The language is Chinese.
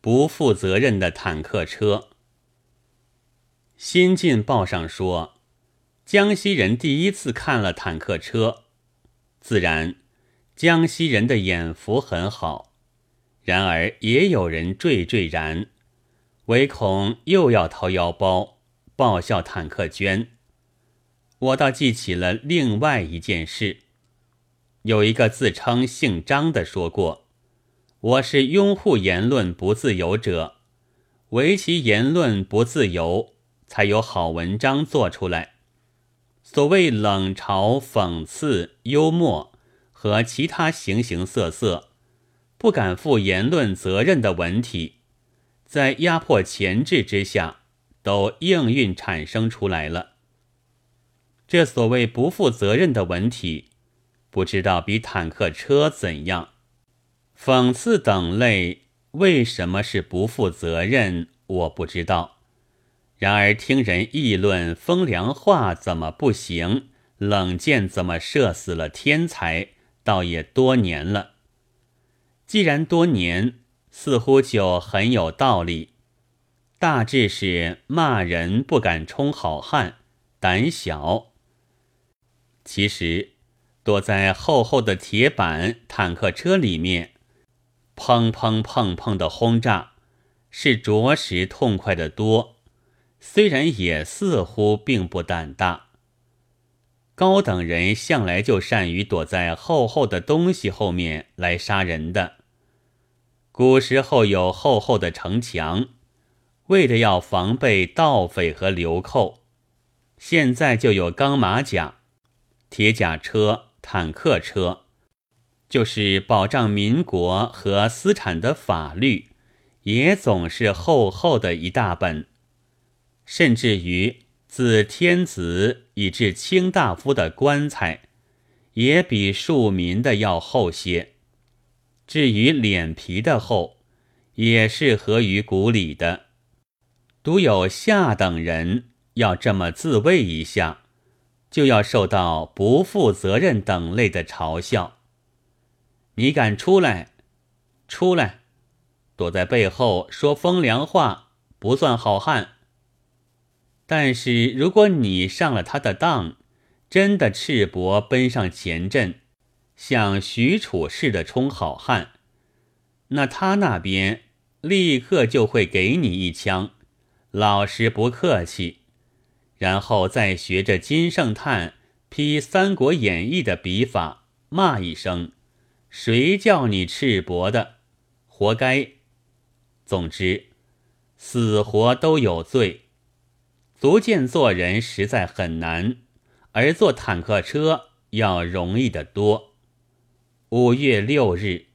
不负责任的坦克车。新晋报上说，江西人第一次看了坦克车，自然江西人的眼福很好，然而也有人惴惴然，唯恐又要掏腰包报效坦克捐。我倒记起了另外一件事，有一个自称姓张的说过，我是拥护言论不自由者，唯其言论不自由，才有好文章做出来。所谓冷嘲、讽刺、幽默和其他形形色色不敢负言论责任的文体，在压迫钳制之下都应运产生出来了。这所谓不负责任的文体，不知道比坦克车怎样。讽刺等类为什么是不负责任，我不知道。然而听人议论风凉话怎么不行，冷箭怎么射死了天才，倒也多年了。既然多年，似乎就很有道理。大致是骂人不敢充好汉，胆小。其实躲在厚厚的铁板坦克车里面，砰砰砰砰的轰炸，是着实痛快得多，虽然也似乎并不胆大。高等人向来就善于躲在厚厚的东西后面来杀人的。古时候有厚厚的城墙，为了要防备盗匪和流寇，现在就有钢马甲、铁甲车、坦克车，就是保障民国和私产的法律，也总是厚厚的一大本。甚至于自天子以至卿大夫的棺材，也比庶民的要厚些。至于脸皮的厚，也是合于古礼的。独有下等人要这么自卫一下，就要受到不负责任等类的嘲笑。你敢出来？出来！躲在背后说风凉话，不算好汉。但是如果你上了他的当，真的赤膊奔上前阵，像许褚似的充好汉，那他那边立刻就会给你一枪，老实不客气，然后再学着金圣叹批《三国演义》的笔法，骂一声，谁叫你赤膊的，活该。总之死活都有罪，足见做人实在很难，而坐坦克车要容易得多。5月6日，